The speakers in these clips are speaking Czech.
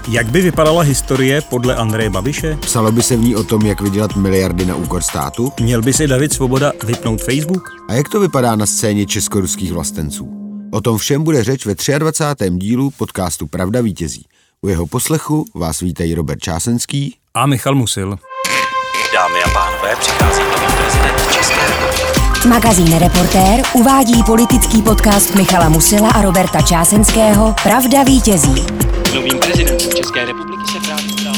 Jak by vypadala historie podle Andreje Babiše? Psalo by se v ní o tom, jak vydělat miliardy na úkor státu? Měl by si David Svoboda vypnout Facebook? A jak to vypadá na scéně česko-ruských vlastenců? O tom všem bude řeč ve 23. dílu podcastu Pravda vítězí. U jeho poslechu vás vítají Robert Čásenský a Michal Musil. Dámy a pánové, přichází nový prezident České republiky. Magazín Reportér uvádí politický podcast Michala Musila a Roberta Čásenského Pravda vítězí. Novým prezidentem České republiky se právě stal.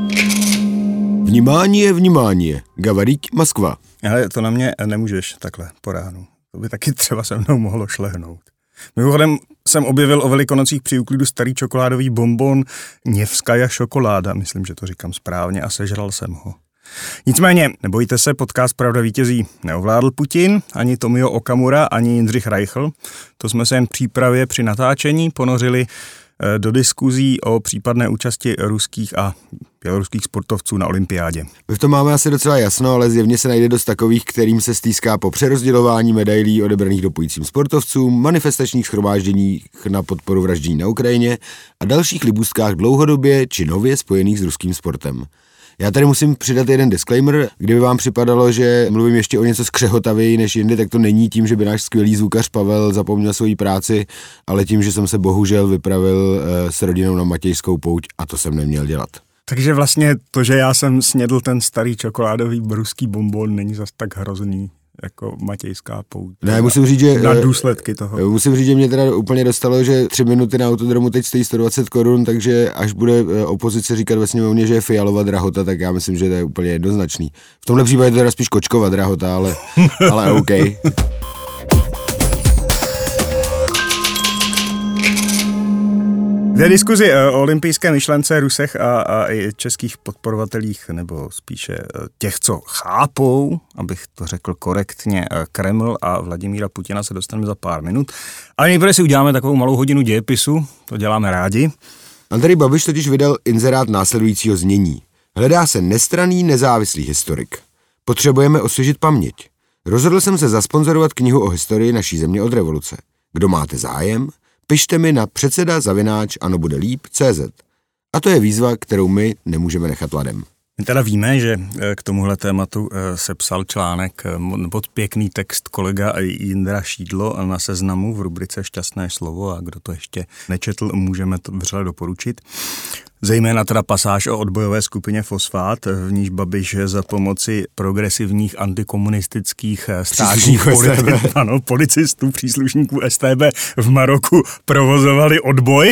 Vnímání je. Gavariť Moskva. Ale to na mě nemůžeš takhle po ránu. To by taky třeba se mnou mohlo šlehnout. Mimochodem jsem objevil o Velikonocích při úklidu starý čokoládový bonbon Něvskaja šokoláda, myslím, že to říkám správně, a sežral jsem ho. Nicméně, nebojte se, podcast Pravda vítězí neovládl Putin, ani Tomio Okamura, ani Jindřich Reichl. To jsme se jen v přípravě při natáčení ponořili do diskuzí o případné účasti ruských a běloruských sportovců na olympiádě. My v tom máme asi docela jasno, ale zjevně se najde dost takových, kterým se stýská po přerozdělování medailí odebraných dopujícím sportovcům, manifestačních shromážděních na podporu vraždění na Ukrajině a dalších libůstkách dlouhodobě či nově spojených s ruským sportem. Já tady musím přidat jeden disclaimer, kdyby vám připadalo, že mluvím ještě o něco skřehotavěji než jindy, tak to není tím, že by náš skvělý zvukař Pavel zapomněl svoji práci, ale tím, že jsem se bohužel vypravil s rodinou na Matějskou pouť a to jsem neměl dělat. Takže vlastně to, že já jsem snědl ten starý čokoládový ruský bonbon, není zas tak hrozný jako Matějská pouť. Ne, musím říct, že na důsledky toho. Musím říct, že mě teda úplně dostalo, že 3 minuty na autodromu teď stojí 120 korun, takže až bude opozice říkat ve sněmovně, že je Fialova drahota, tak já myslím, že to je úplně jednoznačný. V tomhle případě to teda spíš Kočkova drahota, ale OK. V diskuzi o olympijské myšlence, Rusech a i českých podporovatelích, nebo spíše těch, co chápou, abych to řekl korektně, Kreml a Vladimíra Putina, se dostaneme za pár minut. Ale nejprve si uděláme takovou malou hodinu dějepisu, to děláme rádi. Andrej Babiš totiž vydal inzerát následujícího znění. Hledá se nestranný, nezávislý historik. Potřebujeme osvěžit paměť. Rozhodl jsem se zasponzorovat knihu o historii naší země od revoluce. Kdo máte zájem? Pište mi na předseda@anobudelieb.cz. A to je výzva, kterou my nemůžeme nechat ladem. My teda víme, že k tomuhle tématu sepsal článek pod pěkný text kolega Jindra Šídlo na Seznamu v rubrice Šťastné slovo, a kdo to ještě nečetl, můžeme to vřele doporučit. Zejména teda pasáž o odbojové skupině Fosfát, v níž Babiš za pomoci progresivních antikomunistických státních policistů, příslušníků StB v Maroku provozovali odboj.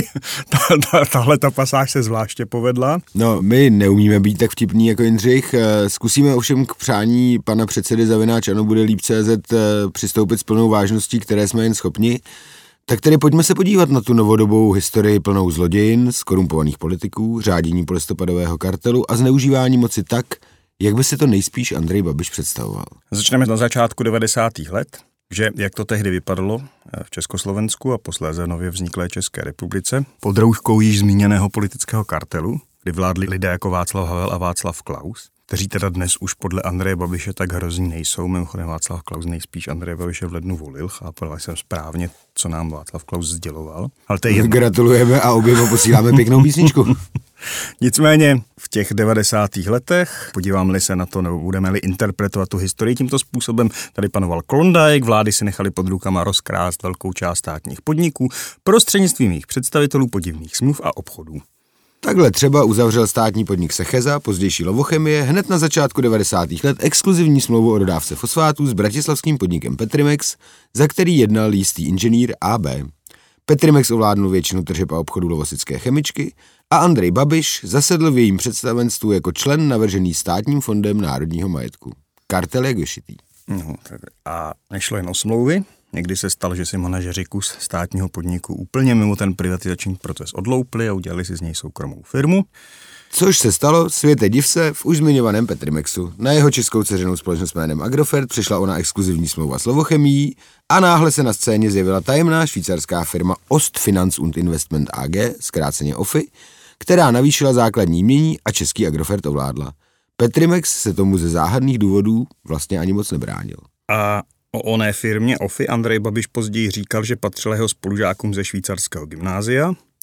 Tahle ta pasáž se zvláště povedla. No, my neumíme být tak vtipní jako Jindřich. Zkusíme ovšem k přání pana předsedy @anobudelieb.cz přistoupit s plnou vážností, které jsme jen schopni. Tak tedy pojďme se podívat na tu novodobou historii plnou zlodějin, skorumpovaných politiků, řádění polistopadového kartelu a zneužívání moci tak, jak by si to nejspíš Andrej Babiš představoval. Začneme na začátku 90. let, že jak to tehdy vypadalo v Československu a posléze nově vzniklé České republice, pod rouškou již zmíněného politického kartelu, kdy vládli lidé jako Václav Havel a Václav Klaus, kteří teda dnes už podle Andreje Babiše tak hrozní nejsou. Mimochodem Václav Klaus nejspíš Andreje Babiše v lednu volil, chápal jsem správně, co nám Václav Klaus sděloval. Ale to je jedno. Gratulujeme a oběma posíláme pěknou písničku. Nicméně v těch 90. letech, podíváme-li se na to, nebo budeme-li interpretovat tu historii tímto způsobem, tady panoval Klondike, vlády si nechali pod rukama rozkrást velkou část státních podniků prostřednictvím jejich představitelů podivných smluv a obchodů. Takhle třeba uzavřel státní podnik Secheza, pozdější Lovochemie, hned na začátku 90. let exkluzivní smlouvu o dodávce fosfátů s bratislavským podnikem Petrimex, za který jednal jistý inženýr AB. Petrimex ovládnul většinu tržeb a obchodu Lovosické chemičky a Andrej Babiš zasedl v jejím představenstvu jako člen navržený státním fondem národního majetku. Kartel jak vyšitý. No, a nešlo jen o smlouvy. Někdy se stalo, že si manažeři kus státního podniku úplně mimo ten privatizační proces odloupli a udělali si z něj soukromou firmu. Což se stalo, světe div se, v už zmiňovaném Petrimexu. Na jeho českou dceřinou společnost jménem Agrofert přišla ona exkluzivní smlouva s Lovochemií a náhle se na scéně zjevila tajemná švýcarská firma Ostfinanz und Investment AG, zkráceně OFI, která navýšila základní jmění a český Agrofert ovládla. Petrimex se tomu ze záhadných důvodů vlastně ani moc nebránil. A o oné firmě OFI Andrej Babiš později říkal, že patřila jeho spolužákům ze švýcarského gymnázia.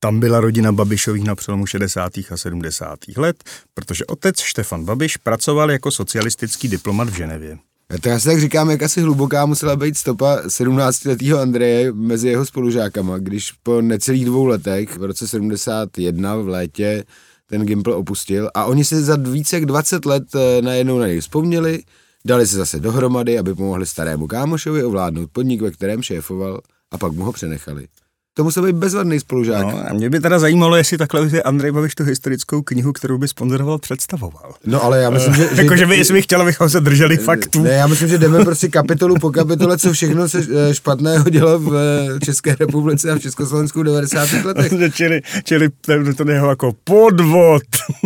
Tam byla rodina Babišových na přelomu 60. a 70. let, protože otec Štefan Babiš pracoval jako socialistický diplomat v Ženevě. To já si tak říkám, jak asi hluboká musela být stopa 17letého Andreje mezi jeho spolužákama, když po necelých 2 letech, v roce 71 v létě, ten Gimpl opustil a oni si za více jak 20 let najednou na něj vzpomněli, dali se zase dohromady, aby pomohli starému kámošovi ovládnout podnik, ve kterém šéfoval, a pak mu ho přenechali. To musel být bezvadný spolužák. No, a mě by teda zajímalo, jestli takhle Andrej Babiš tu historickou knihu, kterou by sponzoroval, představoval. No ale já myslím, že... Jakože by, jestli bych chtěl, abychom se drželi faktů. Ne, já myslím, že jdeme prostě kapitolu po kapitole, co všechno se špatného dělo v České republice a v Československu v 90. letech. Čili to jeho jako podvod.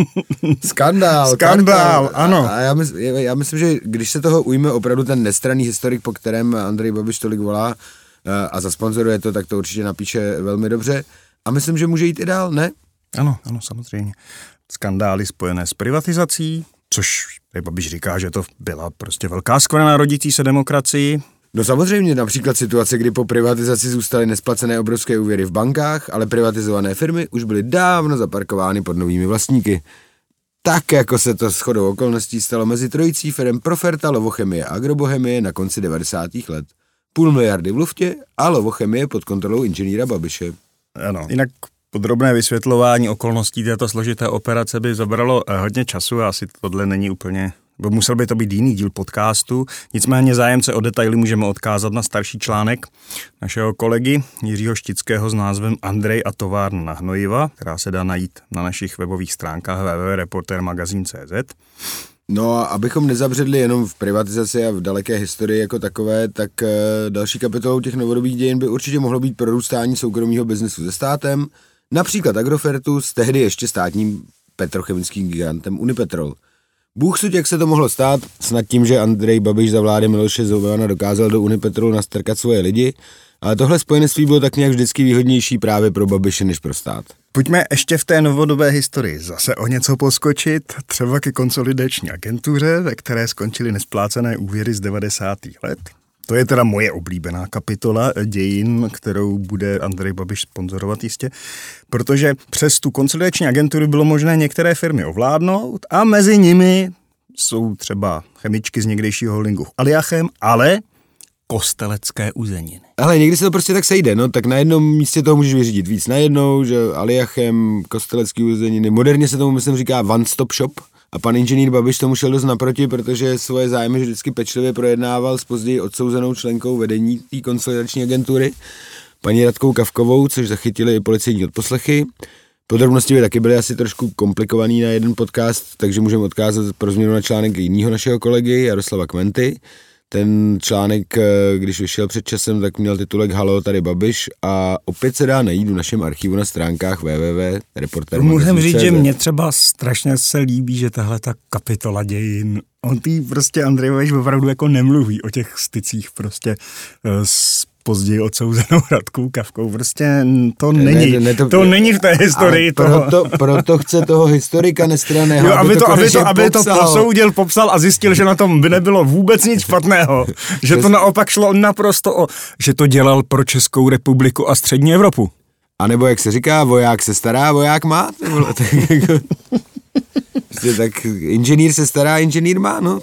Skandál, ano. A já myslím, že když se toho ujme opravdu ten nestranný historik, po kterém Andrej Babiš tolik volá, a zasponzoruje to, tak to určitě napíše velmi dobře. A myslím, že může jít i dál, ne? Ano, samozřejmě. Skandály spojené s privatizací, což Babiš říká, že to byla prostě velká skvrna rodící se demokracii. No samozřejmě, například situace, kdy po privatizaci zůstaly nesplacené obrovské úvěry v bankách, ale privatizované firmy už byly dávno zaparkovány pod novými vlastníky. Tak, jako se to shodou okolností stalo mezi trojicí firem Proferta, Lovochemie a Agrobochemie na konci 90. let. 500 miliardy v luftě a Lovochemie pod kontrolou inženýra Babiše. Ano, jinak podrobné vysvětlování okolností této složité operace by zabralo hodně času a asi tohle není úplně... Musel by to být jiný díl podcastu, nicméně zájemce o detaily můžeme odkázat na starší článek našeho kolegy Jiřího Štického s názvem Andrej a továrna na hnojiva, která se dá najít na našich webových stránkách www.reportermagazin.cz. No a abychom nezabředli jenom v privatizaci a v daleké historii jako takové, tak další kapitolou těch novodobých dějin by určitě mohlo být prorůstání soukromého biznesu se státem, například Agrofertu s tehdy ještě státním petrochemickým gigantem Unipetrol. Bůh suď, jak se to mohlo stát, snad tím, že Andrej Babiš za vlády Miloše Zemana dokázal do Unipetrolu nastrkat svoje lidi, ale tohle spojenectví bylo tak nějak vždycky výhodnější právě pro Babiše než pro stát. Pojďme ještě v té novodobé historii zase o něco poskočit, třeba ke konsolidační agentuře, ve které skončily nesplácené úvěry z 90. let. To je teda moje oblíbená kapitola dějin, kterou bude Andrej Babiš sponzorovat jistě, protože přes tu konsolidační agenturu bylo možné některé firmy ovládnout a mezi nimi jsou třeba chemičky z někdejšího holdingu Aliachem, ale Kostelecké uzeniny. Ale někdy se to prostě tak sejde, no, tak na jednom místě toho můžeš vyřídit víc najednou, že Aliachem, Kostelecké uzeniny, moderně se tomu myslím říká one stop shop a pan inženýr Babiš tomu šel dost naproti, protože svoje zájmy vždycky pečlivě projednával s později odsouzenou členkou vedení té konsolidační agentury, paní Radkou Kavkovou, což zachytili i policejní odposlechy. Podrobnosti by taky byly asi trošku komplikovaný na jeden podcast, takže můžeme odkázat pro změnu na článek jiného našeho kolegy Jaroslava Kmenty. Ten článek, když vyšel před časem, tak měl titulek Halo, tady Babiš a opět se dá najít v našem archivu na stránkách www.reportermagazin.cz. Musím říct, že mě třeba strašně se líbí, že tahle ta kapitola dějin, on tý prostě Andrej Babiš opravdu jako nemluví o těch stycích prostě s později odsouzenou Radkou Kavkou. Prostě to není. To není v té historii toho. Proto chce toho historika nestranného, jo, aby to posoudil, popsal a zjistil, že na tom by nebylo vůbec nic špatného. Že to naopak šlo naprosto že to dělal pro Českou republiku a střední Evropu. A nebo jak se říká, voják se stará, voják má. Tak inženýr se stará, inženýr má, no.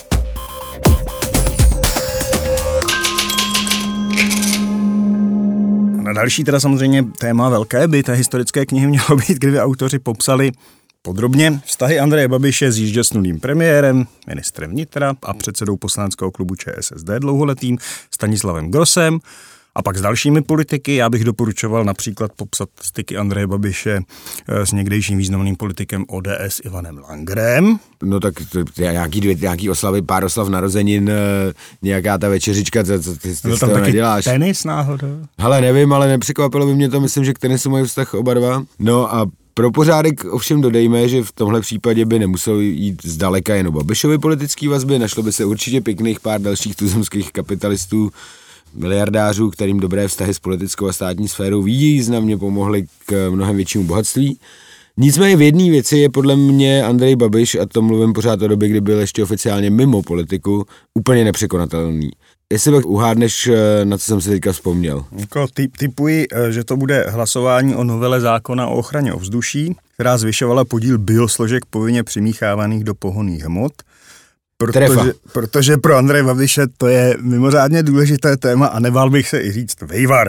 Na další teda samozřejmě téma velké by té historické knihy mělo být, kdyby autoři popsali podrobně vztahy Andreje Babiše s již zesnulým premiérem, ministrem vnitra a předsedou poslaneckého klubu ČSSD dlouholetým Stanislavem Grossem a pak s dalšími politiky. Já bych doporučoval například popsat styky Andreje Babiše s někdejším významným politikem ODS Ivanem Langrem. No tak nějaký oslavy, pár oslav narozenin, nějaká ta večeřička, ty no, z toho neděláš. Tenis náhodou? Hele, nevím, ale nepřekvapilo by mě to, myslím, že k tenisu mají vztah oba dva. No a pro pořádek ovšem dodejme, že v tomhle případě by nemuselo jít zdaleka jen o Babišovy politický vazby, našlo by se určitě pěkných pár dalších tuzemských kapitalistů, miliardářů, kterým dobré vztahy s politickou a státní sférou významně pomohly k mnohem většímu bohatství. Nicméně v jedné věci je podle mě Andrej Babiš, a to mluvím pořád o době, kdy byl ještě oficiálně mimo politiku, úplně nepřekonatelný. Jestli pak uhádneš, na co jsem si teďka vzpomněl. Jako typuji, že to bude hlasování o novele zákona o ochraně ovzduší, která zvyšovala podíl biosložek povinně přimíchávaných do pohonných hmot, protože pro Andreje Babiše to je mimořádně důležité téma a nebál bych se i říct vejvar.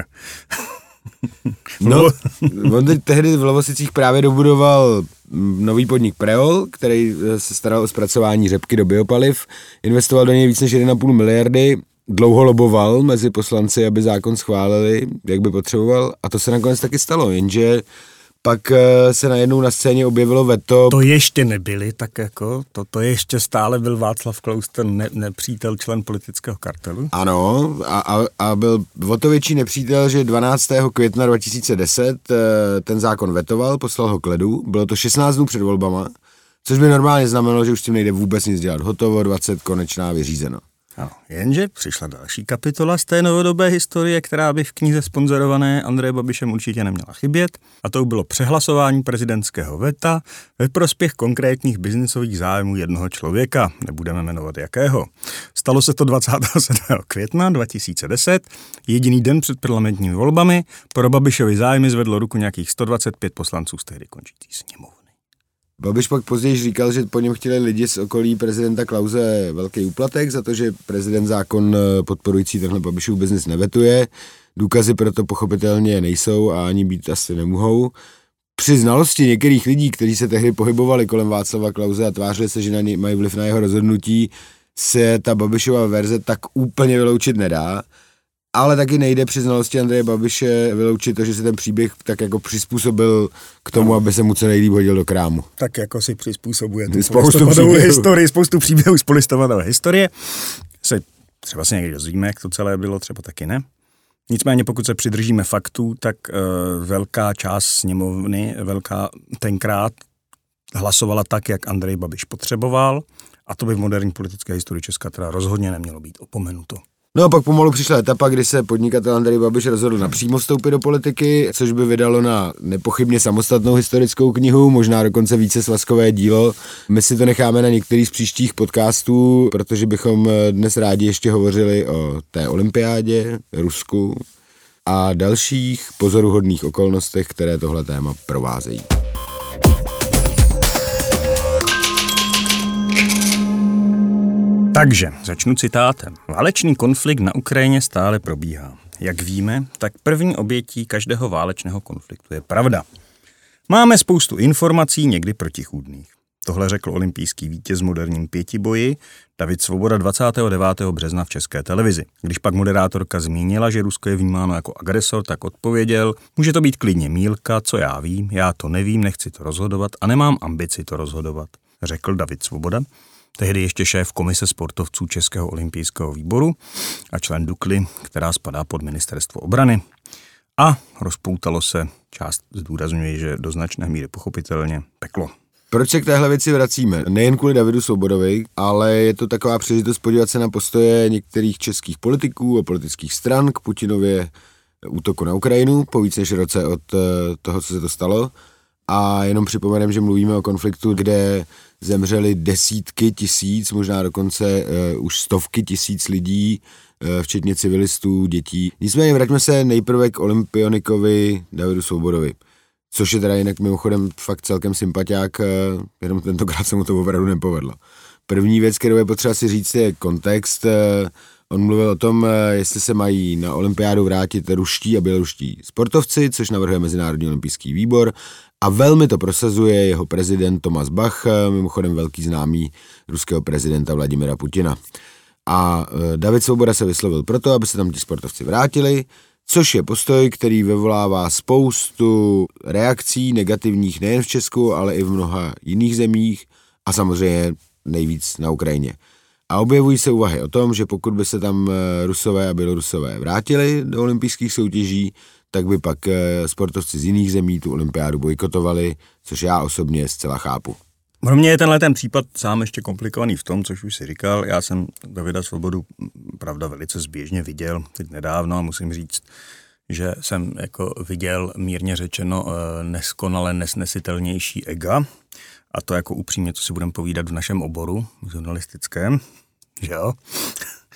No, on tehdy v Lovosicích právě dobudoval nový podnik Preol, který se staral o zpracování řepky do biopaliv, investoval do něj víc než 1,5 miliardy, dlouho loboval mezi poslanci, aby zákon schválili, jak by potřeboval, a to se nakonec taky stalo, jenže pak se najednou na scéně objevilo veto. To ještě nebyli, tak jako, to ještě stále byl Václav Klaus, ten nepřítel, člen politického kartelu. Ano, a byl o to větší nepřítel, že 12. května 2010 ten zákon vetoval, poslal ho k ledu, bylo to 16 dnů před volbama, což by normálně znamenalo, že už s tím nejde vůbec nic dělat. Hotovo, 20, konečná, vyřízeno. Ano, jenže přišla další kapitola z té novodobé historie, která by v knize sponzorované Andrejem Babišem určitě neměla chybět, a to bylo přehlasování prezidentského veta ve prospěch konkrétních biznisových zájmů jednoho člověka, nebudeme jmenovat jakého. Stalo se to 27. května 2010, jediný den před parlamentními volbami, pro Babišovy zájmy zvedlo ruku nějakých 125 poslanců z tehdy končící sněmovny. Babiš pak později říkal, že po něm chtěli lidi z okolí prezidenta Klause velký úplatek za to, že prezident zákon podporující tenhle Babišův biznis nevetuje. Důkazy proto pochopitelně nejsou a ani být asi nemohou. Při znalosti některých lidí, kteří se tehdy pohybovali kolem Václava Klause a tvářili se, že na něj mají vliv na jeho rozhodnutí, se ta Babišova verze tak úplně vyloučit nedá. Ale taky nejde při znalosti Andreje Babiše vyloučit to, že se ten příběh tak jako přizpůsobil k tomu, aby se mu co nejlíp hodil do krámu. Tak jako si přizpůsobuje tu spoustu příběhů z polistopadové historie. Se třeba si někdy dozvíme, jak to celé bylo, třeba taky ne. Nicméně pokud se přidržíme faktů, tak velká část sněmovny, tenkrát hlasovala tak, jak Andrej Babiš potřeboval, a to by v moderní politické historii Česka teda rozhodně nemělo být opomenuto. No a pak pomalu přišla etapa, kdy se podnikatel Andrej Babiš rozhodl napřímo vstoupit do politiky, což by vydalo na nepochybně samostatnou historickou knihu, možná dokonce více svazkové dílo. My si to necháme na některý z příštích podcastů, protože bychom dnes rádi ještě hovořili o té olympiádě, Rusku a dalších pozoruhodných okolnostech, které tohle téma provázejí. Takže začnu citátem. Válečný konflikt na Ukrajině stále probíhá. Jak víme, tak první obětí každého válečného konfliktu je pravda. Máme spoustu informací, někdy protichůdných. Tohle řekl olympijský vítěz v moderním pětiboji David Svoboda 29. března v České televizi. Když pak moderátorka zmínila, že Rusko je vnímáno jako agresor, tak odpověděl: může to být klidně mýlka, co já vím, já to nevím, nechci to rozhodovat a nemám ambici to rozhodovat, řekl David Svoboda, tehdy ještě šéf komise sportovců Českého olympijského výboru a člen Dukly, která spadá pod ministerstvo obrany. A rozpoutalo se, část zdůrazňuje, že do značné míry pochopitelně, peklo. Proč se k téhle věci vracíme? Nejen kvůli Davidu Svobodovi, ale je to taková příležitost podívat se na postoje některých českých politiků a politických stran k Putinově útoku na Ukrajinu po víc než roce od toho, co se to stalo. A jenom připomenem, že mluvíme o konfliktu, kde zemřeli desítky tisíc, možná dokonce už stovky tisíc lidí, včetně civilistů, dětí. Nicméně vraťme se nejprve k olympionikovi Davidu Svobodovi, což je teda jinak mimochodem fakt celkem sympatiák, jenom tentokrát se mu to opravdu nepovedlo. První věc, kterou je potřeba si říct, je kontext. On mluvil o tom, jestli se mají na olympiádu vrátit ruští a běloruští sportovci, což navrhuje Mezinárodní olympijský výbor, a velmi to prosazuje jeho prezident Tomas Bach, mimochodem velký známý ruského prezidenta Vladimira Putina. A David Svoboda se vyslovil proto, aby se tam ti sportovci vrátili, což je postoj, který vyvolává spoustu reakcí negativních nejen v Česku, ale i v mnoha jiných zemích a samozřejmě nejvíc na Ukrajině. A objevují se úvahy o tom, že pokud by se tam Rusové a Bělorusové vrátili do olympijských soutěží, tak by pak sportovci z jiných zemí tu olympiádu bojkotovali, což já osobně zcela chápu. Pro mě je tenhle ten případ sám ještě komplikovaný v tom, což už si říkal. Já jsem Davida Svobodu, pravda, velice zběžně viděl teď nedávno a musím říct, že jsem jako viděl mírně řečeno neskonale nesnesitelnější ega. A to jako upřímně, co si budeme povídat v našem oboru žurnalistickém, že jo?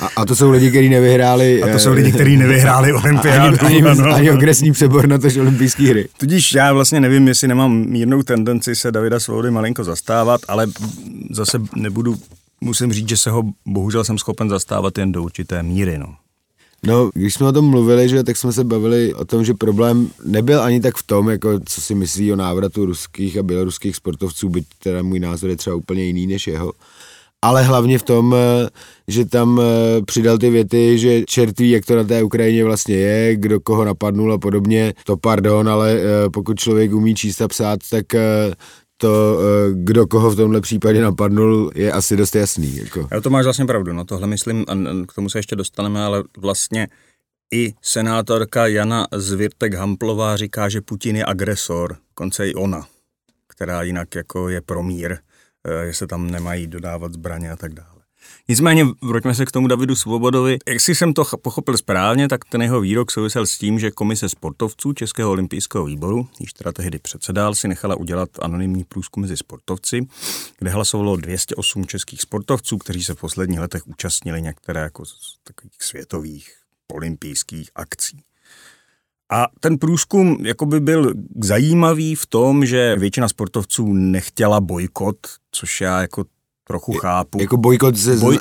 A to jsou lidi, kteří nevyhráli... A to jsou lidi, kteří nevyhráli olympiádu. Ani okresní přebor na tož olympijské hry. Tudíž já vlastně nevím, jestli nemám mírnou tendenci se Davida Svobody malinko zastávat, ale zase musím říct, že se ho bohužel jsem schopen zastávat jen do určité míry, no. No, když jsme o tom mluvili, že, tak jsme se bavili o tom, že problém nebyl ani tak v tom, jako co si myslí o návratu ruských a běloruských sportovců, byť teda můj názor je třeba úplně jiný než jeho, ale hlavně v tom, že tam přidal ty věty, že čert ví, jak to na té Ukrajině vlastně je, kdo koho napadnul a podobně, to pardon, ale pokud člověk umí číst a psát, tak to, kdo koho v tomhle případě napadnul, je asi dost jasný. Jako. To máš vlastně pravdu, no tohle myslím, a k tomu se ještě dostaneme, ale vlastně i senátorka Jana Zwirtek-Hamplová říká, že Putin je agresor, konce i ona, která jinak jako je pro mír, že se tam nemají dodávat zbraně a tak dále. Nicméně vraťme se k tomu Davidu Svobodovi. Jestli jsem to pochopil správně, tak ten jeho výrok souvisel s tím, že komise sportovců Českého olympijského výboru, již teda tehdy předsedal, si nechala udělat anonymní průzkum mezi sportovci, kde hlasovalo 208 českých sportovců, kteří se v posledních letech účastnili některé jako z takových světových olympijských akcí. A ten průzkum jakoby byl zajímavý v tom, že většina sportovců nechtěla bojkot, což já jako trochu chápu. Jako bojkot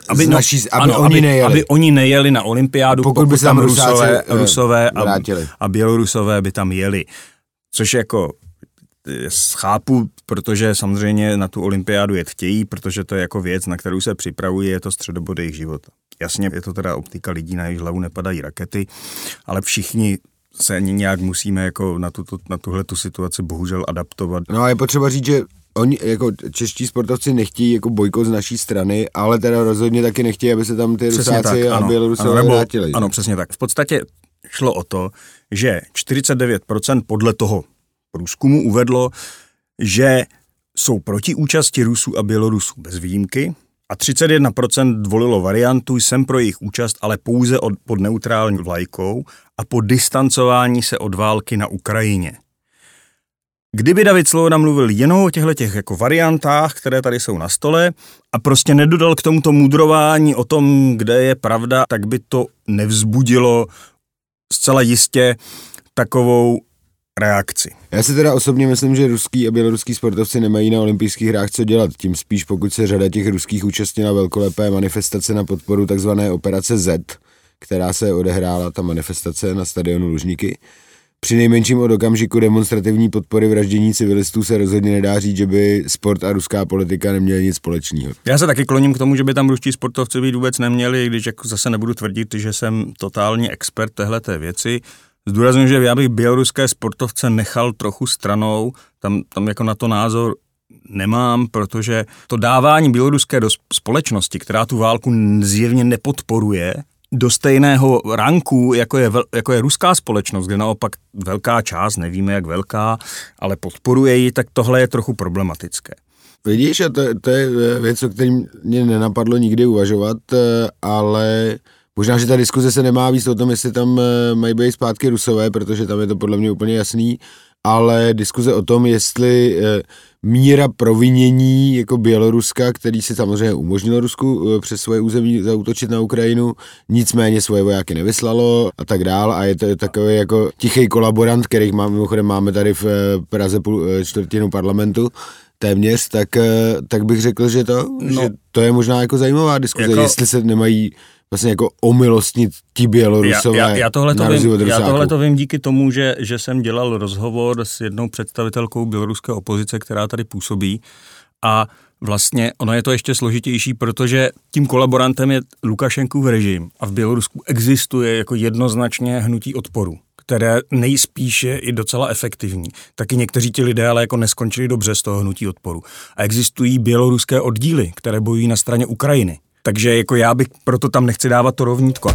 aby oni nejeli na olympiádu, pokud by tam Rusové a Bělorusové by tam jeli. Což jako chápu, protože samozřejmě na tu olympiádu jet chtějí, protože to je jako věc, na kterou se připravují, je to středobod jejich života. Jasně, je to teda optika lidí, na jejich hlavu nepadají rakety, ale všichni se nějak musíme jako na tuhletu situaci bohužel adaptovat. No a je potřeba říct, že oni jako čeští sportovci nechtějí jako bojkot z naší strany, ale teda rozhodně taky nechtějí, aby se tam ty Rusáci a Bělorusové vrátili. Ano, přesně tak. V podstatě šlo o to, že 49% podle toho průzkumu uvedlo, že jsou proti účasti Rusů a Bělorusů bez výjimky a 31% volilo variantu jsem pro jejich účast, ale pouze pod neutrální vlajkou a po distancování se od války na Ukrajině. Kdyby David Svoboda mluvil jenom o těchto jako variantách, které tady jsou na stole a prostě nedodal k tomuto mudrování o tom, kde je pravda, tak by to nevzbudilo zcela jistě takovou reakci. Já si teda osobně myslím, že ruský a běloruský sportovci nemají na olympijských hrách co dělat, tím spíš pokud se řada těch ruských účastnila velkolepé manifestace na podporu takzvané operace Z, která se odehrála, ta manifestace na stadionu Lužníky. Při nejmenším od okamžiku demonstrativní podpory vraždění civilistů se rozhodně nedá říct, že by sport a ruská politika neměly nic společného. Já se taky kloním k tomu, že by tam ruští sportovci být vůbec neměli, když jako zase nebudu tvrdit, že jsem totální expert téhleté věci. Zdůrazňuji, že já bych běloruské sportovce nechal trochu stranou, tam jako na to názor nemám, protože to dávání běloruské do společnosti, která tu válku zjevně nepodporuje, do stejného ranku, jako je ruská společnost, kde naopak velká část, nevíme jak velká, ale podporuje ji, tak tohle je trochu problematické. Vidíš, a to je věc, o kterým mě nenapadlo nikdy uvažovat, ale možná, že ta diskuze se nemá víc o tom, jestli tam mají být zpátky Rusové, protože tam je to podle mě úplně jasný, ale diskuze o tom, jestli míra provinění jako Běloruska, který si samozřejmě umožnilo Rusku přes svoje území zaútočit na Ukrajinu, nicméně svoje vojáky nevyslalo a tak dál a je to takový jako tichý kolaborant, kterých mimochodem máme tady v Praze čtvrtinu parlamentu, téměř, tak bych řekl, že to je možná jako zajímavá diskuze, jestli se nemají vlastně jako omilostnit ti Bělorusové. Já tohle to vím díky tomu, že jsem dělal rozhovor s jednou představitelkou běloruské opozice, která tady působí a vlastně ono je to ještě složitější, protože tím kolaborantem je Lukašenkův režim a v Bělorusku existuje jako jednoznačně hnutí odporu, které nejspíš je i docela efektivní. Taky někteří ti lidé ale jako neskončili dobře z toho hnutí odporu. A existují běloruské oddíly, které bojují na straně Ukrajiny. Takže jako já bych proto tam nechci dávat to rovnítko.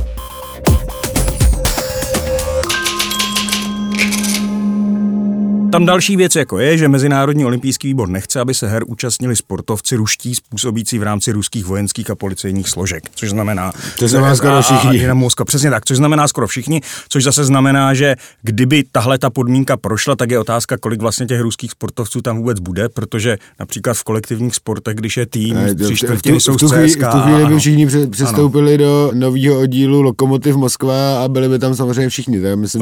tam další věc jako je, že Mezinárodní olympijský výbor nechce, aby se her účastnili sportovci ruští způsobící v rámci ruských vojenských a policejních složek, což znamená... To znamená skoro všichni. Přesně tak, což znamená skoro všichni, což zase znamená, že kdyby tahle ta podmínka prošla, tak je otázka, kolik vlastně těch ruských sportovců tam vůbec bude, protože například v kolektivních sportech, když je tým, 3/4 jsou z CSKA. V tu chvíli by všichni přestoupili do nového oddílu Lokomotiv Moskva a byli by tam samozřejmě všichni. Tak myslím,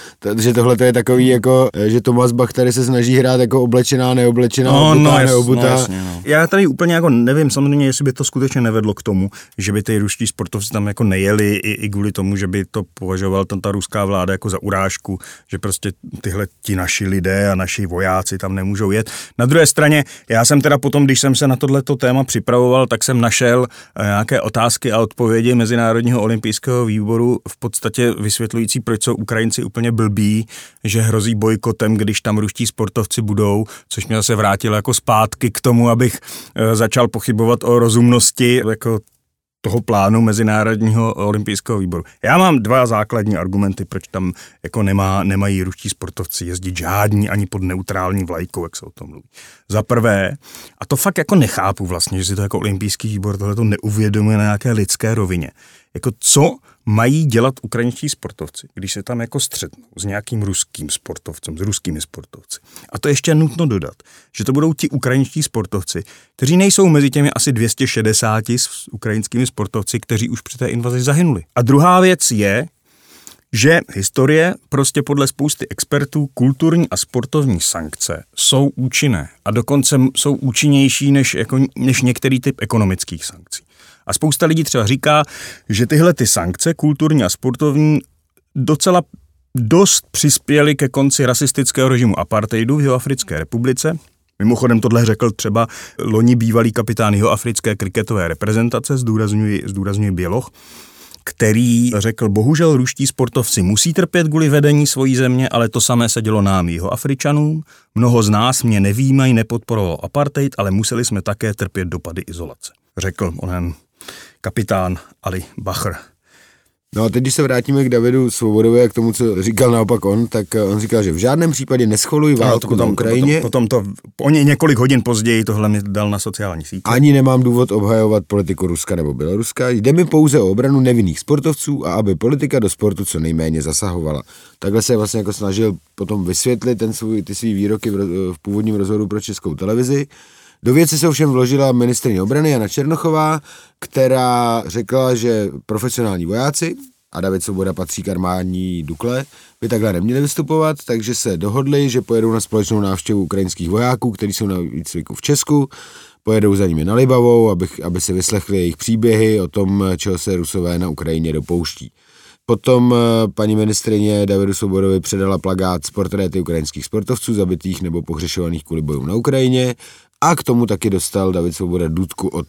že tohle je takový, jako, že Tomáš Bach tady se snaží hrát jako oblečená, neoblečená, obutá, neobutá. Jasně. Já tady úplně jako nevím samozřejmě, jestli by to skutečně nevedlo k tomu, že by ty ruští sportovci tam jako nejeli i kvůli tomu, že by to považoval ta ruská vláda jako za urážku, že prostě tyhle ti naši lidé a naši vojáci tam nemůžou jet. Na druhé straně, já jsem teda potom, když jsem se na tohleto téma připravoval, tak jsem našel nějaké otázky a odpovědi Mezinárodního olympijského výboru v podstatě vysvětlující, proč jsou Ukrajinci úplně blbí, že hrozí bojkotem, když tam ruští sportovci budou, což mě zase vrátilo jako zpátky k tomu, abych začal pochybovat o rozumnosti jako toho plánu Mezinárodního olympijského výboru. Já mám dva základní argumenty, proč tam jako nemají ruští sportovci jezdit žádní ani pod neutrální vlajkou, jak se o tom mluví. Za prvé, a to fakt jako nechápu vlastně, že si to jako olympijský výbor tohleto neuvědomuje na nějaké lidské rovině. Jako co mají dělat ukrajinští sportovci, když se tam jako střetnou s nějakým ruským sportovcem, s ruskými sportovci. A to ještě nutno dodat, že to budou ti ukrajinští sportovci, kteří nejsou mezi těmi asi 260 ukrajinskými sportovci, kteří už při té invazi zahynuli. A druhá věc je, že historie prostě podle spousty expertů kulturní a sportovní sankce jsou účinné a dokonce jsou účinnější než některý typ ekonomických sankcí. A spousta lidí třeba říká, že tyhle ty sankce, kulturní a sportovní, docela dost přispěly ke konci rasistického režimu apartheidu v Jihoafrické republice. Mimochodem tohle řekl třeba loni bývalý kapitán jihoafrické kriketové reprezentace, zdůrazňuji Běloch, který řekl, bohužel ruští sportovci musí trpět kvůli vedení svojí země, ale to samé se dělo nám Jihoafričanům. Mnoho z nás mě nevímají, nepodporovalo apartheid, ale museli jsme také trpět dopady izolace. Řekl onen kapitán Ali Bachr. No a teď, když se vrátíme k Davidu Svobodovi a k tomu, co říkal naopak on, tak on říkal, že v žádném případě neschvaluji válku na Ukrajině. Potom o několik hodin později tohle mi dal na sociální sítě. Ani nemám důvod obhajovat politiku Ruska nebo Běloruska. Jde mi pouze o obranu nevinných sportovců a aby politika do sportu co nejméně zasahovala. Takhle se vlastně jako snažil potom vysvětlit ty svý výroky v původním rozhovoru pro Českou televizi. Do věci se ovšem vložila ministryně obrany Jana Černochová, která řekla, že profesionální vojáci, a David Svoboda patří k armádní Dukle, by takhle neměli vystupovat, takže se dohodli, že pojedou na společnou návštěvu ukrajinských vojáků, kteří jsou na výcviku v Česku, pojedou za nimi na Libavou, aby se vyslechli jejich příběhy o tom, čeho se Rusové na Ukrajině dopouští. Potom paní ministryně Davidu Svobodovi předala plakát s portréty ukrajinských sportovců zabitých nebo pohřešovaných kvůli bojům na Ukrajině a k tomu taky dostal David Svoboda důtku od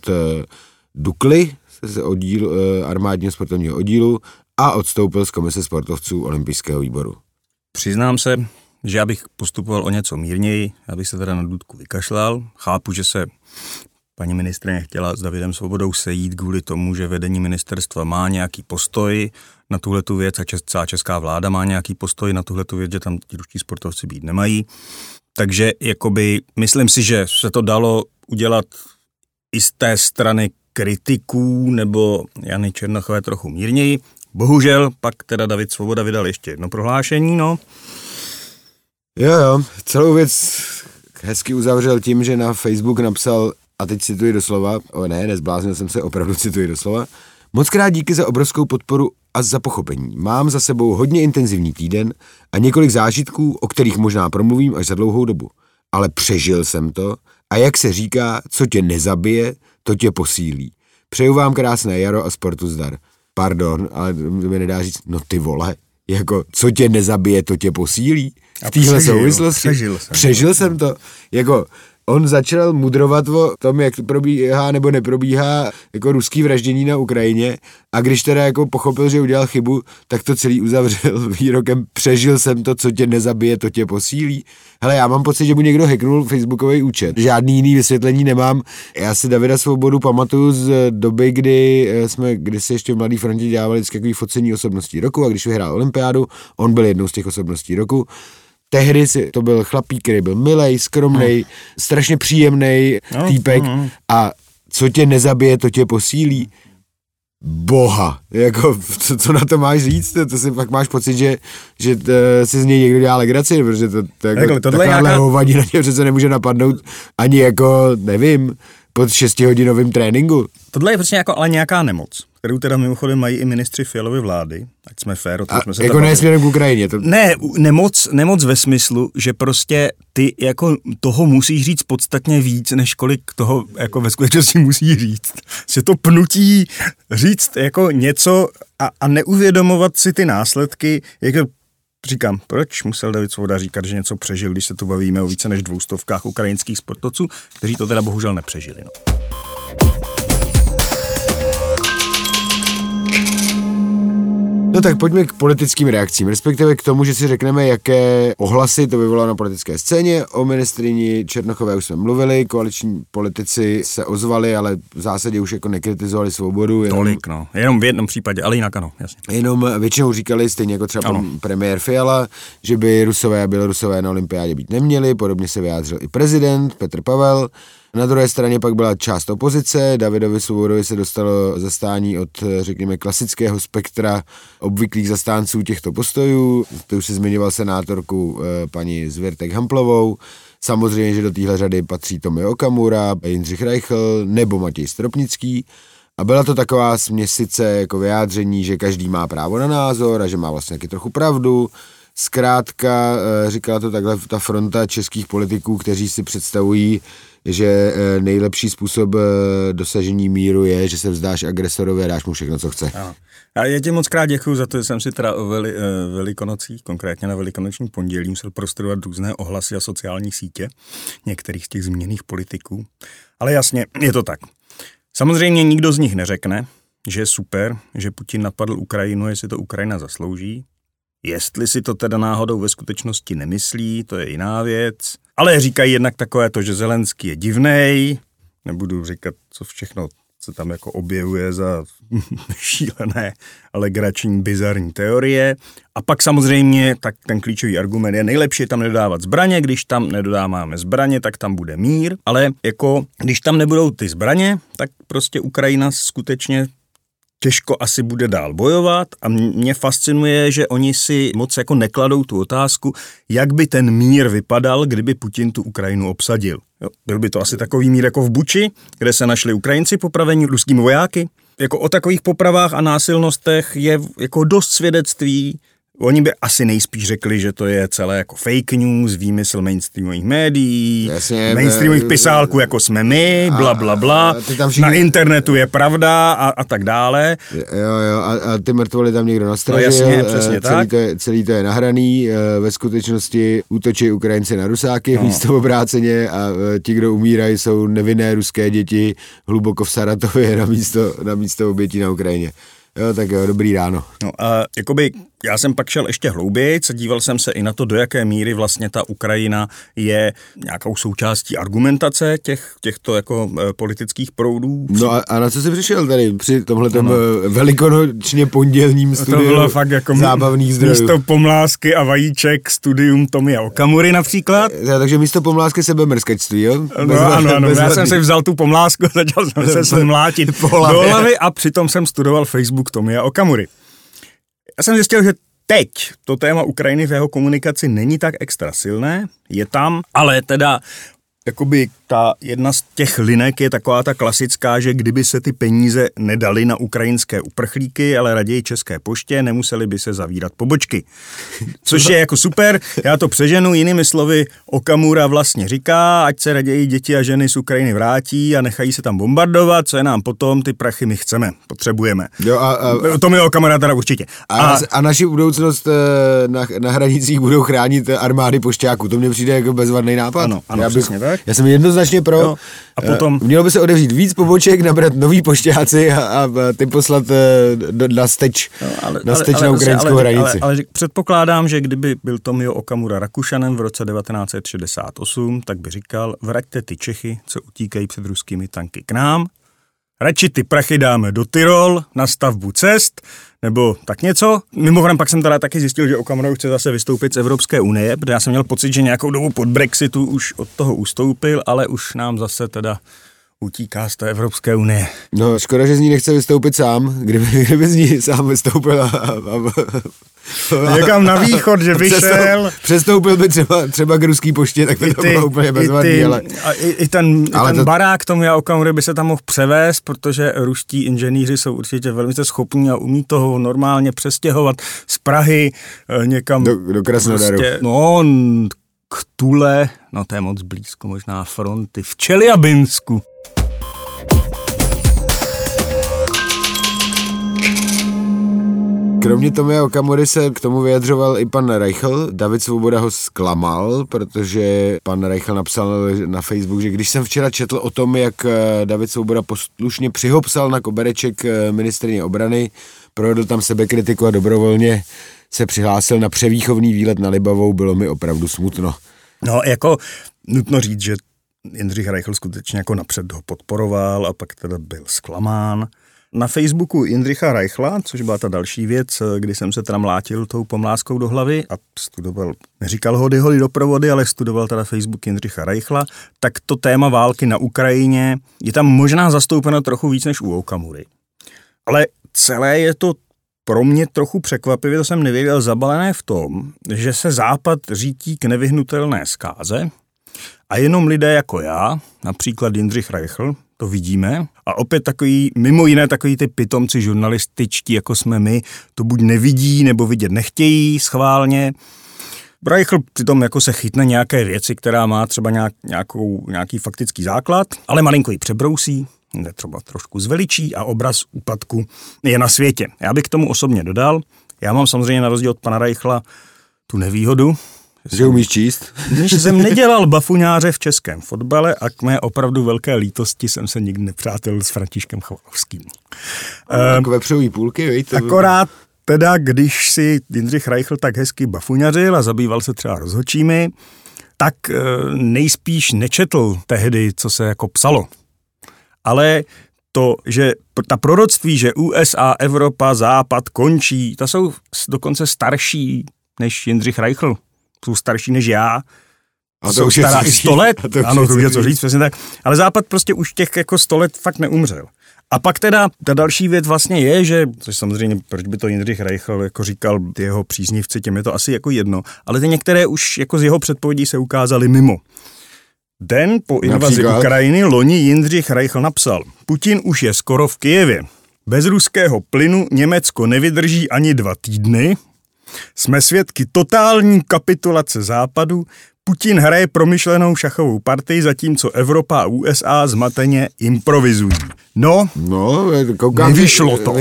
Dukly, z armádního sportovního oddílu, a odstoupil z komise sportovců olympijského výboru. Přiznám se, že já bych postupoval o něco mírněji, abych se teda na důtku vykašlal. Chápu, že se paní ministryně chtěla s Davidem Svobodou sejít kvůli tomu, že vedení ministerstva má nějaký postoj na tuhletu věc a celá česká vláda má nějaký postoj na tuhletu věc, že tam ti ruští sportovci být nemají. Takže jakoby myslím si, že se to dalo udělat i z té strany kritiků nebo Jany Černochové trochu mírněji. Bohužel pak teda David Svoboda vydal ještě jedno prohlášení, no. Jo, celou věc hezky uzavřel tím, že na Facebook napsal, a teď cituji doslova, nezbláznil jsem se, opravdu cituji doslova, mockrát díky za obrovskou podporu a za pochopení. Mám za sebou hodně intenzivní týden a několik zážitků, o kterých možná promluvím až za dlouhou dobu. Ale přežil jsem to a jak se říká, co tě nezabije, to tě posílí. Přeju vám krásné jaro a sportu zdar. Pardon, ale mi nedá říct, no ty vole, jako co tě nezabije, to tě posílí. V téhle souvislosti. Přežil jsem to. Jako on začal mudrovat o tom, jak probíhá nebo neprobíhá jako ruský vraždění na Ukrajině a když teda jako pochopil, že udělal chybu, tak to celý uzavřel výrokem přežil jsem to, co tě nezabije, to tě posílí. Hele, já mám pocit, že mu někdo hacknul facebookový účet. Žádný jiný vysvětlení nemám. Já si Davida Svobodu pamatuju z doby, kdy jsme kdysi ještě v Mladé frontě dělali vždycky takový focení osobností roku a když vyhrál olympiádu, on byl jednou z těch osobností roku, tehdy to byl chlapík, který byl milej, skromnej, strašně příjemnej týpek a co tě nezabije, to tě posílí. Boha, jako, co na to máš říct, to si pak máš pocit, že si z něj někdo dělá legraci, protože to jako, takováhle hovadina tě přece nemůže napadnout ani jako, nevím, pod 6hodinovým tréninku. Tohle je prostě jako ale nějaká nemoc, kterou teda mimochodem mají i ministři Fialovy vlády, ať jsme fér, o tom jsme se jako ne směrem k Ukrajině. To... Ne, nemoc ve smyslu, že prostě ty jako toho musíš říct podstatně víc, než kolik toho jako ve skutečnosti musí říct. Se to pnutí říct jako něco a neuvědomovat si ty následky, jako říkám, proč musel David Svoboda říkat, že něco přežil, když se tu bavíme o více než 200 ukrajinských sportovců, kteří to teda bohužel nepřežili. No. No tak pojďme k politickým reakcím, respektive k tomu, že si řekneme, jaké ohlasy to vyvolalo na politické scéně. O ministryni Černochové už jsme mluvili, koaliční politici se ozvali, ale v zásadě už jako nekritizovali Svobodu. Jenom v jednom případě, ale jinak ano, jasně. Jenom většinou říkali, stejně jako třeba premiér Fiala, že by Rusové a Bělorusové na olympiádě být neměli, podobně se vyjádřil i prezident Petr Pavel. Na druhé straně pak byla část opozice, Davidovi Svobodovi se dostalo zastání od, řekněme, klasického spektra obvyklých zastánců těchto postojů, to už se zmiňoval senátorku paní Zvěrtek Hamplovou, samozřejmě, že do téhle řady patří Tomio Okamura, Jindřich Reichl nebo Matěj Stropnický a byla to taková směsice jako vyjádření, že každý má právo na názor a že má vlastně taky trochu pravdu. Zkrátka, říkala to takhle ta fronta českých politiků, kteří si představují, že nejlepší způsob dosažení míru je, že se vzdáš agresorovi a dáš mu všechno, co chce. Ano. A já ti moc krát děkuju za to, že jsem si teda o Velikonocích, konkrétně na Velikonoční pondělí, musel prostudovat různé ohlasy a sociální sítě některých z těch zmíněných politiků. Ale jasně, je to tak. Samozřejmě nikdo z nich neřekne, že je super, že Putin napadl Ukrajinu, jestli to Ukrajina zaslouží. Jestli si to teda náhodou ve skutečnosti nemyslí, to je jiná věc. Ale říkají jednak takové to, že Zelenský je divnej, nebudu říkat, co všechno se tam jako objevuje za šílené, legrační, bizarní teorie. A pak samozřejmě tak ten klíčový argument je nejlepší tam nedodávat zbraně, když tam nedodáváme zbraně, tak tam bude mír, ale jako když tam nebudou ty zbraně, tak prostě Ukrajina skutečně těžko asi bude dál bojovat a mě fascinuje, že oni si moc jako nekladou tu otázku, jak by ten mír vypadal, kdyby Putin tu Ukrajinu obsadil. Jo, byl by to asi takový mír jako v Buči, kde se našli Ukrajinci popravení ruskými vojáky. Jako o takových popravách a násilnostech je jako dost svědectví. Oni by asi nejspíš řekli, že to je celé jako fake news, výmysl mainstreamových médií, mainstreamových pisálků, jako jsme my, bla, bla, bla. Na internetu je pravda a tak dále. Jo, a ty mrtvoly tam někdo nastražil. No jasně, přesně tak. Celý to je nahraný. Ve skutečnosti útočí Ukrajinci na Rusáky, místo obráceně a ti, kdo umírají, jsou nevinné ruské děti hluboko v Saratově na místo obětí na Ukrajině. Jo, tak jo, dobrý ráno. No a jakoby já jsem pak šel ještě hloubějc a díval jsem se i na to, do jaké míry vlastně ta Ukrajina je nějakou součástí argumentace těchto jako politických proudů. No a na co jsi přišel tady při tomhletom velikonočně pondělním studiu to bylo fakt jako zábavných zdrojů? Místo pomlásky a vajíček studium Tomia Okamury například. Takže místo pomlásky sebemrskačství, jo? Ano, já jsem si vzal tu pomlásku a začal jsem se mlátit do hlavy a přitom jsem studoval Facebook Tomia Okamury. Já jsem zjistil, že teď to téma Ukrajiny v jeho komunikaci není tak extra silné, je tam, ale teda jakoby ta jedna z těch linek je taková ta klasická, že kdyby se ty peníze nedaly na ukrajinské uprchlíky, ale raději České poště, nemuseli by se zavírat pobočky. Což je jako super, já to přeženu, jinými slovy Okamura vlastně říká, ať se raději děti a ženy z Ukrajiny vrátí a nechají se tam bombardovat, co je nám potom, ty prachy my chceme, potřebujeme. Jo, to mi Okamura teda určitě. A naši budoucnost na hranicích budou chránit armády pošťáků, to mně přijde jako bezvadný nápad. Ano, přesně tak. Já jsem jednoznačně pro. Jo. A potom mělo by se otevřít víc poboček, nabrat nový pošťáci a ty poslat na steč na ukrajinskou hranici. Ale předpokládám, že kdyby byl Tomio Okamura Rakušanem v roce 1968, tak by říkal, vraťte ty Čechy, co utíkají před ruskými tanky k nám, radši ty prachy dáme do Tyrol na stavbu cest, nebo tak něco. Mimochodem pak jsem teda taky zjistil, že Okamura chce zase vystoupit z Evropské unie, protože já jsem měl pocit, že nějakou dobu pod Brexitu už od toho ustoupil, ale už nám zase teda utíká z té Evropské unie. No, škoda, že z ní nechce vystoupit sám, kdyby z ní sám vystoupil a někam na východ, že vyšel. Přestoupil by třeba k ruský poště, tak by to bylo úplně bezvadný, ale... I ten barák tomu Okamury by se tam mohl převést, protože ruští inženýři jsou určitě velmi schopní a umí toho normálně přestěhovat z Prahy někam... Do Krasnodaru. Prostě, no, k Tule, no to je moc blízko, možná fronty, v Čeljabinsku. Kromě Tomia Okamury se k tomu vyjadřoval i pan Reichl. David Svoboda ho zklamal, protože pan Reichl napsal na Facebook, že když jsem včera četl o tom, jak David Svoboda poslušně přihopsal na kobereček ministryně obrany, provedl tam sebekritiku a dobrovolně se přihlásil na převýchovný výlet na Libavou, bylo mi opravdu smutno. No, jako nutno říct, že Jindřich Reichl skutečně jako napřed ho podporoval a pak teda byl zklamán. Na Facebooku Jindřicha Reichla, což byla ta další věc, kdy jsem se teda mlátil tou pomláskou do hlavy a studoval, neříkal hody doprovody, ale studoval teda Facebook Jindřicha Reichla, tak to téma války na Ukrajině je tam možná zastoupeno trochu víc než u Okamury. Ale celé je to pro mě trochu překvapivě, to jsem nevěděl, zabalené v tom, že se Západ řítí k nevyhnutelné zkáze a jenom lidé jako já, například Jindřich Reichl, to vidíme. A opět takový, mimo jiné takový ty pitomci žurnalističtí, jako jsme my, to buď nevidí, nebo vidět nechtějí schválně. Reichl přitom jako se chytne nějaké věci, která má třeba nějaký faktický základ, ale malinko ji přebrousí, třeba trošku zveličí a obraz úpadku je na světě. Já bych k tomu osobně dodal, já mám samozřejmě na rozdíl od pana Reichla tu nevýhodu, že umíš číst? Že jsem nedělal bafuňáře v českém fotbale a k mé opravdu velké lítosti jsem se nikdy nepřátel s Františkem Chvalovským. Jako vepřový půlky, víte? Akorát teda, když si Jindřich Reichl tak hezky bafuňařil a zabýval se třeba rozhodčími, tak nejspíš nečetl tehdy, co se jako psalo. Ale to, že ta proroctví, že USA, Evropa, Západ končí, ta jsou dokonce starší než Jindřich Reichl. Jsou starší než já, a jsou stará i 100 let, ano, to je co říct, přesně tak, ale Západ prostě už těch jako 100 let fakt neumřel. A pak teda ta další věc vlastně je, že, což samozřejmě, proč by to Jindřich Reichl jako říkal ty jeho příznivci, těm je to asi jako jedno, ale ty některé už jako z jeho předpovědí se ukázaly mimo. Den po invazi Ukrajiny loni Jindřich Reichl napsal: Putin už je skoro v Kyjevě. Bez ruského plynu Německo nevydrží ani 2 týdny. Jsme svědky totální kapitulace Západu. Putin hraje promyšlenou šachovou partii, zatímco Evropa a USA zmateně improvizují. No, koukám, nevyšlo to.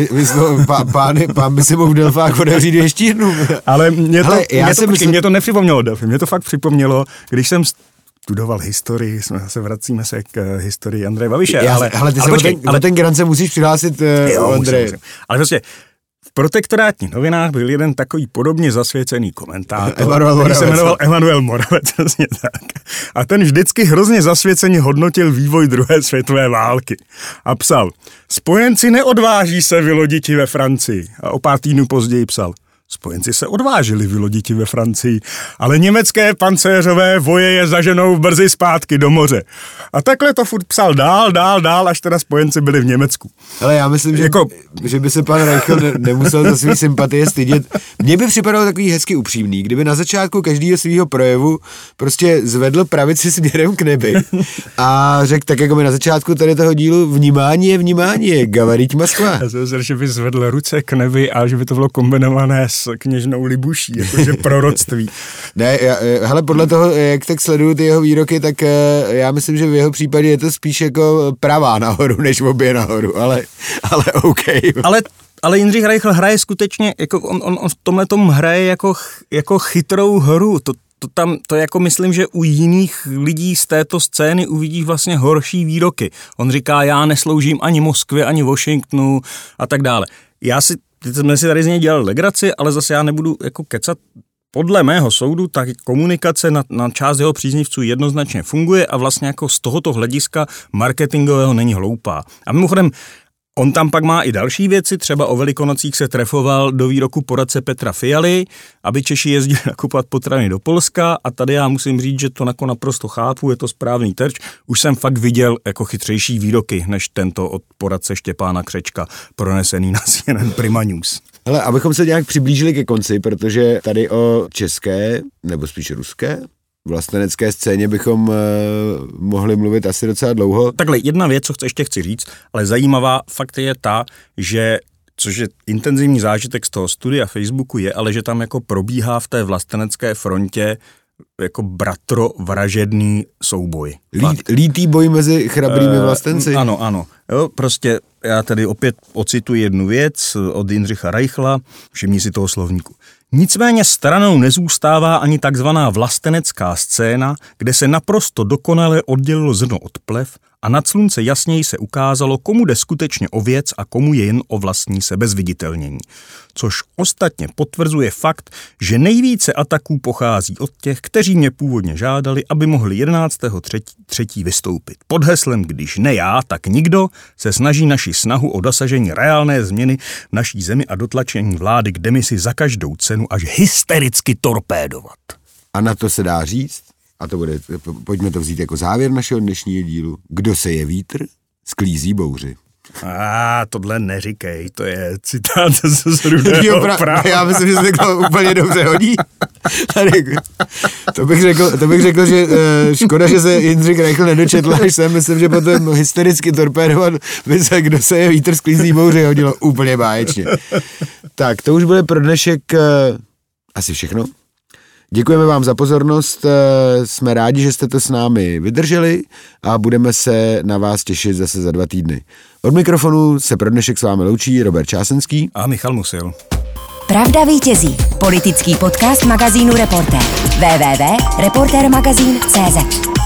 Pán by si mohl v Delfách otevřít ještě jednu. Ale mě to nepřipomnělo Delfy, mě to fakt připomnělo, když jsem studoval historii, zase vracíme se k historii Andreje Babiše. Ale ten grant se musíš přihlásit, Andrej. Ale prostě v protektorátních novinách byl jeden takový podobně zasvěcený komentátor, který se jmenoval Emanuel Moravec, přesně tak. A ten vždycky hrozně zasvěceně hodnotil vývoj druhé světové války. A psal: Spojenci neodváží se vyloditi ve Francii. A o 5 týdnů později psal: Spojenci se odvážili vyloditi ve Francii, ale německé pancéřové voje je zaženou brzy zpátky do moře. A takhle to furt psal dál, až teda spojenci byli v Německu. Ale já myslím, že by se pan Reichl nemusel za svý sympatie stydět. Mně by připadalo takový hezky upřímný, kdyby na začátku každého svého projevu prostě zvedl pravici směrem k nebi a řekl tak jako mi na začátku tady toho dílu: vnímání je, gavariť Moskva. Já jsem myslel, že by zvedl ruce k nebi a že by to bylo kombinované s kněžnou Libuší, jakože proroctví. Ne, hele, podle toho, jak tak sleduju ty jeho výroky, tak já myslím, že v jeho případě je to spíš jako pravá nahoru, než obě nahoru, ale OK. Ale Jindřich Reichl hraje skutečně, jako on v tomhletom hraje jako chytrou hru. To jako myslím, že u jiných lidí z této scény uvidíš vlastně horší výroky. On říká: já nesloužím ani Moskvě, ani Washingtonu a tak dále. Teď jsme si tady z něj dělali legraci, ale zase já nebudu jako kecat. podle mého soudu ta komunikace na část jeho příznivců jednoznačně funguje a vlastně jako z tohoto hlediska marketingového není hloupá. A mimochodem, on tam pak má i další věci, třeba o Velikonocích se trefoval do výroku poradce Petra Fialy, aby Češi jezdili nakupovat potraviny do Polska a tady já musím říct, že to naprosto chápu, je to správný terč. Už jsem fakt viděl jako chytřejší výroky než tento od poradce Štěpána Křečka, pronesený na CNN Prima News. Hele, abychom se nějak přiblížili ke konci, protože tady o české, nebo spíš ruské, vlastenecké scéně bychom mohli mluvit asi docela dlouho. Takhle jedna věc, co ještě chci říct, ale zajímavá fakt je ta, že což je intenzivní zážitek z toho studia Facebooku je, ale že tam jako probíhá v té vlastenecké frontě jako bratrovražedný souboj. Lítý boj mezi chrabrými vlastenci? Ano. Jo, prostě já tady opět ocituji jednu věc od Jindřicha Reichla, všimni si toho slovníku. Nicméně stranou nezůstává ani takzvaná vlastenecká scéna, kde se naprosto dokonale oddělilo zrno od plev a nad slunce jasněji se ukázalo, komu jde skutečně o věc a komu je jen o vlastní sebezviditelnění. Což ostatně potvrzuje fakt, že nejvíce ataků pochází od těch, kteří mě původně žádali, aby mohli 11.3. vystoupit. Pod heslem když ne já, tak nikdo se snaží naši snahu o dosažení reálné změny v naší zemi a dotlačení vlády k demisi za každou cenu až hystericky torpédovat. A na to se dá říct, a to bude, pojďme to vzít jako závěr našeho dnešního dílu. Kdo se je vítr, sklízí bouři. Tohle neříkej, to je citát z Rudého práva. Já myslím, že se to úplně dobře hodí. To bych řekl, že škoda, že se Jindřich Reichl nedočetl, až sem, myslím, že potom hystericky torpédovat by se, kdo se je vítr, sklízí bouři, hodilo úplně báječně. Tak, to už bude pro dnešek asi všechno. Děkujeme vám za pozornost, jsme rádi, že jste to s námi vydrželi a budeme se na vás těšit zase za 2 týdny. Od mikrofonu se pro dnešek s vámi loučí Robert Čásenský a Michal Musil. Pravda vítězí. Politický podcast magazínu Reportér. www.reportermagazin.cz